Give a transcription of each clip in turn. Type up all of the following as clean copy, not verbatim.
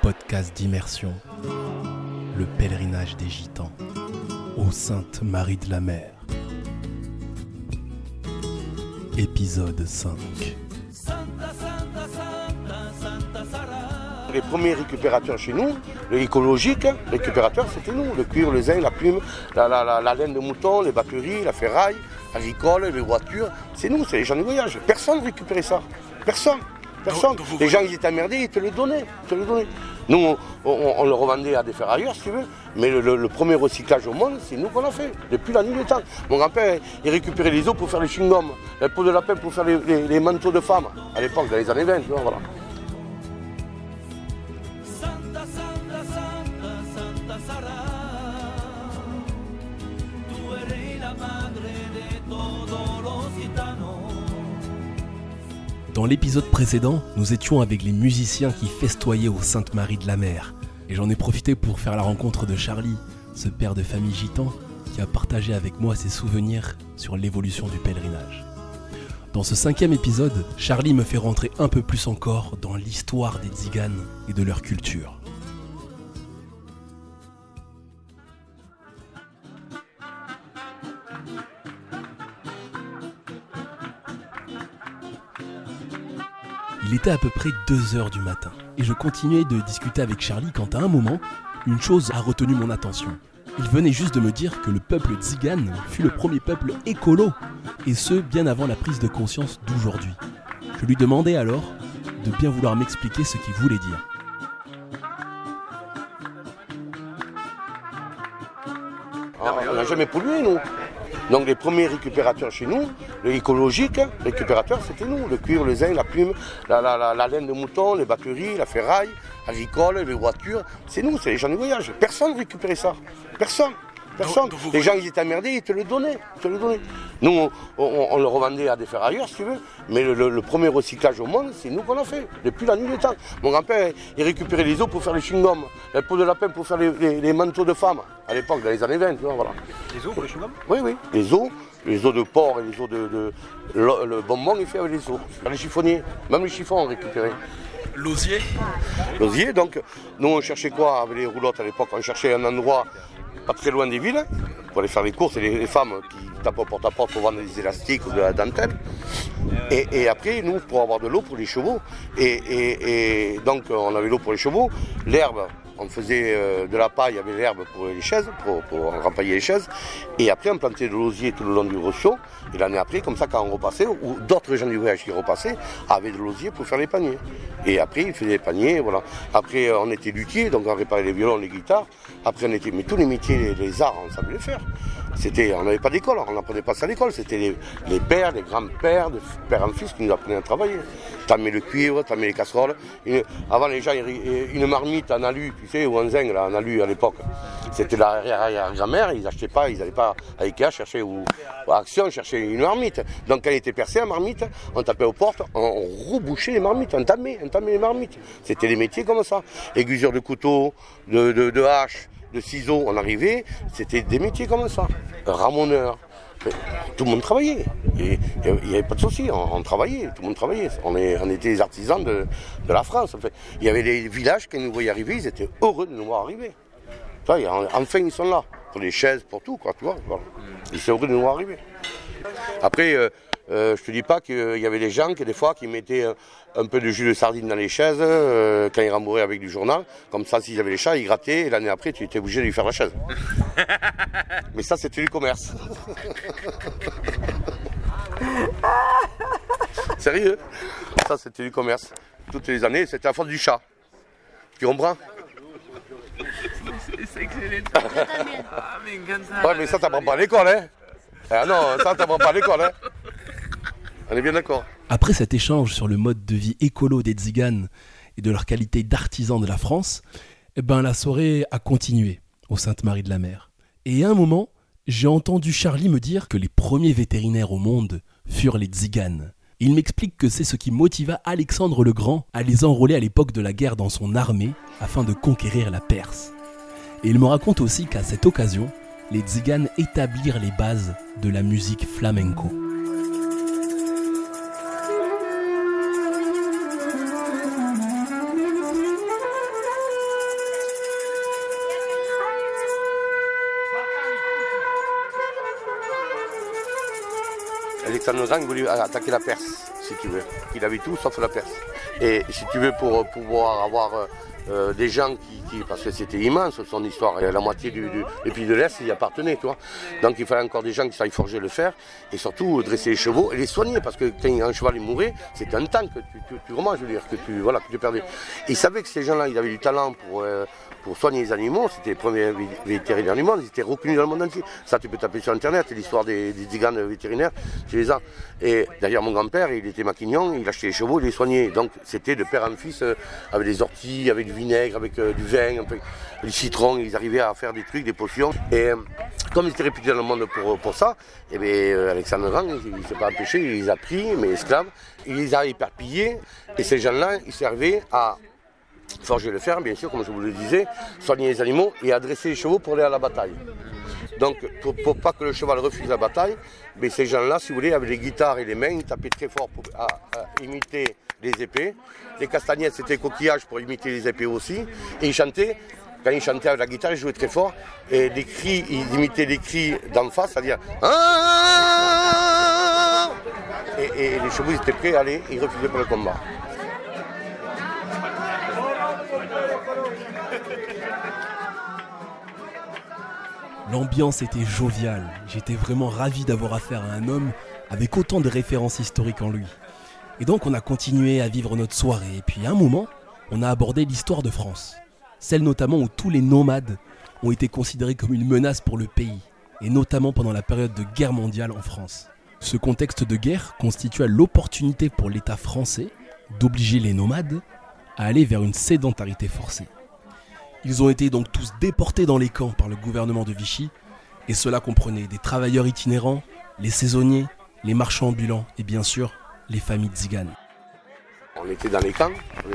podcast d'immersion, le pèlerinage des Gitans, aux Saintes Maries de la Mer. Épisode 5. Les premiers récupérateurs chez nous, les écologiques, récupérateurs c'était nous, le cuir, le zinc, la plume, la laine de mouton, les batteries, la ferraille, agricole, les voitures, c'est nous, c'est les gens du voyage. Personne ne récupérait ça, personne. Les gens ils étaient emmerdés, ils te le donnaient. Nous on le revendait à des ferrailleurs si tu veux, mais le premier recyclage au monde, c'est nous qu'on l'a fait, depuis la nuit des temps. Mon grand-père il récupérait les os pour faire les chewing-gums, la peau de lapin pour faire les manteaux de femmes, à l'époque, dans les années 20, tu vois, voilà. Dans l'épisode précédent, nous étions avec les musiciens qui festoyaient aux Saintes Maries de la Mer. Et j'en ai profité pour faire la rencontre de Charlie, ce père de famille gitan qui a partagé avec moi ses souvenirs sur l'évolution du pèlerinage. Dans ce 5e épisode, Charlie me fait rentrer un peu plus encore dans l'histoire des Tziganes et de leur culture. Il était à peu près 2h du matin et je continuais de discuter avec Charlie quand à un moment, une chose a retenu mon attention. Il venait juste de me dire que le peuple tzigane fut le premier peuple écolo, et ce bien avant la prise de conscience d'aujourd'hui. Je lui demandais alors de bien vouloir m'expliquer ce qu'il voulait dire. On n'a jamais pollué nous. Donc les premiers récupérateurs chez nous, les écologiques, récupérateurs c'était nous, le cuir, le zinc, la plume, la laine de mouton, les batteries, la ferraille, agricole, les voitures, c'est nous, c'est les gens du voyage. Personne ne récupérait ça, personne. Les gens ils étaient emmerdés, ils te le donnaient. Nous on le revendait à des ferrailleurs si tu veux, mais le premier recyclage au monde, c'est nous qu'on l'a fait, depuis la nuit des temps. Mon grand-père il récupérait les os pour faire les chewing-gums, la peau de lapin pour faire les manteaux de femmes, à l'époque, dans les années 20, tu vois, voilà. Les os pour les chewing-gums ? Oui, les os de porc et les os le bonbon il fait avec les os, dans les chiffonniers, même les chiffons on récupérait. L'osier ? L'osier, donc, nous on cherchait quoi avec les roulottes à l'époque, on cherchait un endroit pas très loin des villes, pour aller faire les courses, et les femmes qui tapent au porte-à-porte pour vendre des élastiques ou de la dentelle. Et après, nous, pour avoir de l'eau pour les chevaux, et donc on avait l'eau pour les chevaux, l'herbe, on faisait de la paille, il y avait l'herbe pour les chaises, pour rempailler les chaises, et après on plantait de l'osier tout le long du Rossio, et l'année après, comme ça, quand on repassait, ou d'autres gens du voyage qui repassaient, avaient de l'osier pour faire les paniers. Et après, ils faisaient les paniers, voilà. Après, on était luthiers, donc on réparait les violons, les guitares. Après, mais tous les métiers, les arts, on savait les faire. On n'avait pas d'école, on n'apprenait pas ça à l'école. C'était les pères, les grands-pères, de père en fils qui nous apprenaient à travailler. T'amais le cuivre, t'amais les casseroles. Avant, les gens, une marmite en alu, tu sais, ou en zinc, là, en alu à l'époque. C'était l'arrière-grand-mère, ils n'achetaient pas, ils n'allaient pas à Ikea chercher, ou à Action chercher une marmite. Donc quand elle était percée, la marmite, on tapait aux portes, on rebouchait les marmites, on tamait les marmites. C'était des métiers comme ça. Aiguiseur de couteau, de hache, de ciseaux, on arrivait, c'était des métiers comme ça. Ramoneur. Tout le monde travaillait. Il n'y avait pas de souci, on travaillait, tout le monde travaillait. On était les artisans de la France. En fait. Il y avait les villages qui nous voyaient arriver, ils étaient heureux de nous voir arriver. Enfin, ils sont là, pour les chaises, pour tout, quoi, tu vois. Voilà. Ils sont heureux de nous voir arriver. Après, je te dis pas qu'il y avait des gens qui, des fois, qui mettaient un peu de jus de sardine dans les chaises, quand ils rembourraient avec du journal. Comme ça, s'ils avaient les chats, ils grattaient, et l'année après, tu étais obligé de lui faire la chaise. Mais ça, c'était du commerce. Sérieux ? Ça, c'était du commerce. Toutes les années, c'était à force du chat. Tu comprends ? C'est excellent. Ouais, mais ça, t'apprends pas à l'école, hein ? Ah non, ça, t'apprends pas à l'école, hein ? On est bien d'accord. Après cet échange sur le mode de vie écolo des Tziganes et de leur qualité d'artisans de la France, la soirée a continué aux Saintes Maries de la Mer. Et à un moment, j'ai entendu Charlie me dire que les premiers vétérinaires au monde furent les Tziganes. Il m'explique que c'est ce qui motiva Alexandre le Grand à les enrôler à l'époque de la guerre dans son armée afin de conquérir la Perse. Et il me raconte aussi qu'à cette occasion, les Tziganes établirent les bases de la musique flamenco. Alexandre Grand, il voulait attaquer la Perse, si tu veux. Il avait tout sauf la Perse. Et si tu veux, pour pouvoir avoir des gens parce que c'était immense son histoire, la moitié du pays de l'Est y appartenait, tu vois. Donc il fallait encore des gens qui savaient forger le fer et surtout dresser les chevaux et les soigner, parce que quand un cheval il mourait, c'était un temps que tu vraiment, je veux dire, que tu perdais. Et ils savaient que ces gens-là, ils avaient du talent pour soigner les animaux, c'était les premiers vétérinaires du monde, ils étaient reconnus dans le monde entier. Ça, tu peux taper sur Internet, l'histoire des tziganes vétérinaires, tu les as. Et d'ailleurs, mon grand-père, il était maquignon, il achetait les chevaux, il les soignait. Donc, c'était de père en fils, avec des orties, avec du vinaigre, avec du vin, un peu, du citron, ils arrivaient à faire des trucs, des potions. Et comme ils étaient réputés dans le monde pour ça, et bien, Alexandre Grand, il ne s'est pas empêché, il les a pris, mais esclaves, il les a éparpillés, et ces gens-là, ils servaient à forger le fer, bien sûr, comme je vous le disais, soigner les animaux et adresser les chevaux pour aller à la bataille. Donc, pour pas que le cheval refuse la bataille, mais ces gens-là, si vous voulez, avec les guitares et les mains, ils tapaient très fort pour imiter les épées. Les castagnettes, c'était coquillage pour imiter les épées aussi. Et ils chantaient, quand ils chantaient avec la guitare, ils jouaient très fort. Et les cris, ils imitaient les cris d'en face, c'est-à-dire ah, et les chevaux, ils étaient prêts à aller, ils refusaient pour le combat. L'ambiance était joviale, j'étais vraiment ravi d'avoir affaire à un homme avec autant de références historiques en lui. Et donc on a continué à vivre notre soirée, et puis à un moment, on a abordé l'histoire de France. Celle notamment où tous les nomades ont été considérés comme une menace pour le pays, et notamment pendant la période de guerre mondiale en France. Ce contexte de guerre constitua l'opportunité pour l'État français d'obliger les nomades à aller vers une sédentarité forcée. Ils ont été donc tous déportés dans les camps par le gouvernement de Vichy, et cela comprenait des travailleurs itinérants, les saisonniers, les marchands ambulants et bien sûr les familles tziganes. On était dans les camps,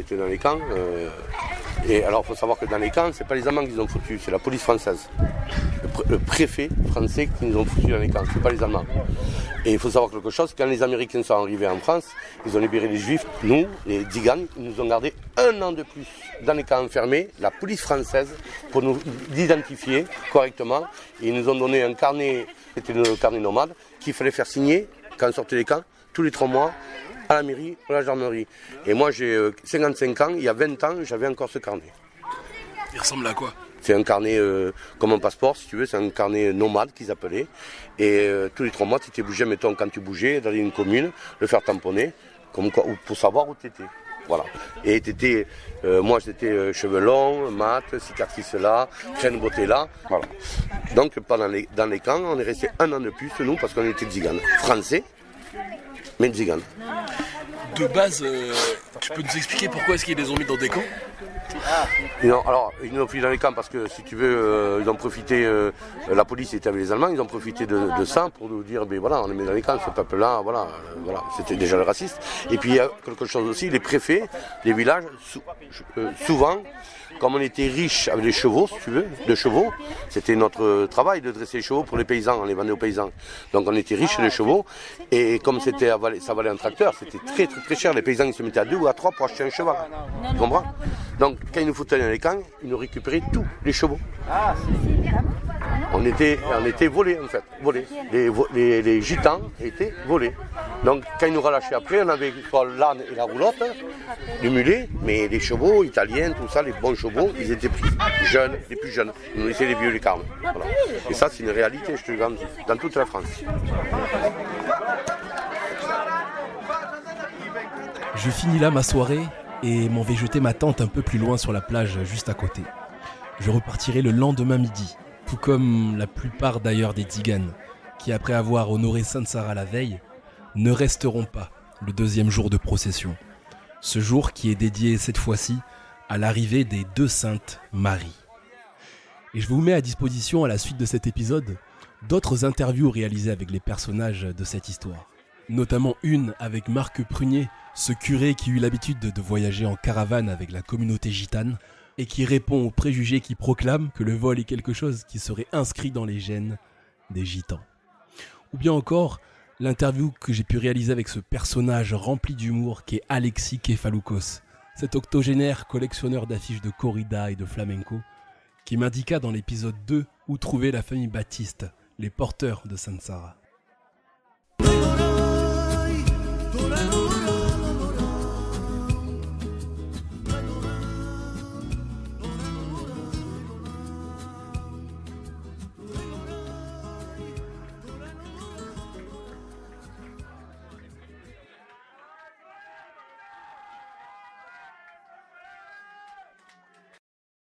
et alors il faut savoir que dans les camps, c'est pas les Allemands qui nous ont foutus, c'est la police française. Le préfet français qui nous ont foutus dans les camps, c'est pas les Allemands. Et il faut savoir quelque chose, quand les Américains sont arrivés en France, ils ont libéré les Juifs, nous, les tziganes, ils nous ont gardé 1 an de plus dans les camps enfermés, la police française, pour nous identifier correctement. Et ils nous ont donné un carnet, c'était le carnet nomade, qu'il fallait faire signer quand on sortait des camps, tous les 3 mois, à la mairie, à la gendarmerie. Et moi j'ai 55 ans, il y a 20 ans, j'avais encore ce carnet. Il ressemble à quoi ? C'est un carnet comme un passeport, si tu veux, c'est un carnet nomade qu'ils appelaient. Et tous les 3 mois, tu t'es bougé, mettons, quand tu bougeais dans une commune, le faire tamponner, comme quoi, pour savoir où tu étais. Voilà. Et t'étais, moi j'étais cheveux longs, mat, cicatrices là, crâne beauté là. Voilà. Donc dans les camps, on est resté 1 an de plus, nous, parce qu'on était tziganes. Français, mais tziganes. De base, tu peux nous expliquer pourquoi est-ce qu'ils les ont mis dans des camps ? Non, alors, ils nous ont pris dans les camps parce que, si tu veux, ils ont profité, la police était avec les Allemands, ils ont profité de ça pour nous dire, ben voilà, on les met dans les camps, ce peuple-là, voilà, c'était déjà le raciste. Et puis, il y a quelque chose aussi, les préfets, les villages, souvent, comme on était riches avec les chevaux, si tu veux, de chevaux, c'était notre travail de dresser les chevaux pour les paysans, on les vendait aux paysans. Donc on était riches de chevaux, et comme ça valait un tracteur, c'était très très très cher. Les paysans ils se mettaient à 2 ou à 3 pour acheter un cheval. Tu comprends ? Donc quand ils nous foutaient dans les camps, ils nous récupéraient tous les chevaux. On était volés en fait, volés. Les gitans étaient volés. Donc quand ils nous relâchaient après, on avait soit l'âne et la roulotte, les mulets, mais les chevaux italiens, tout ça, les bons chevaux, ils étaient pris. Jeunes, les plus jeunes. Ils nous laissaient les vieux, les carnes. Voilà. Et ça, c'est une réalité, je te le garantis, dans toute la France. Je finis là ma soirée et m'en vais jeter ma tente un peu plus loin sur la plage juste à côté. Je repartirai le lendemain midi, tout comme la plupart d'ailleurs des tziganes, qui après avoir honoré Sainte Sarah la veille, ne resteront pas le 2e jour de procession. Ce jour qui est dédié cette fois-ci à l'arrivée des 2 saintes Marie. Et je vous mets à disposition à la suite de cet épisode d'autres interviews réalisées avec les personnages de cette histoire. Notamment une avec Marc Prunier, ce curé qui eut l'habitude de voyager en caravane avec la communauté gitane et qui répond aux préjugés qui proclament que le vol est quelque chose qui serait inscrit dans les gènes des gitans. Ou bien encore l'interview que j'ai pu réaliser avec ce personnage rempli d'humour qui est Alexis Kefaloukos, cet octogénaire collectionneur d'affiches de corrida et de flamenco, qui m'indiqua dans l'épisode 2 où trouver la famille Baptiste, les porteurs de Sainte Sarah.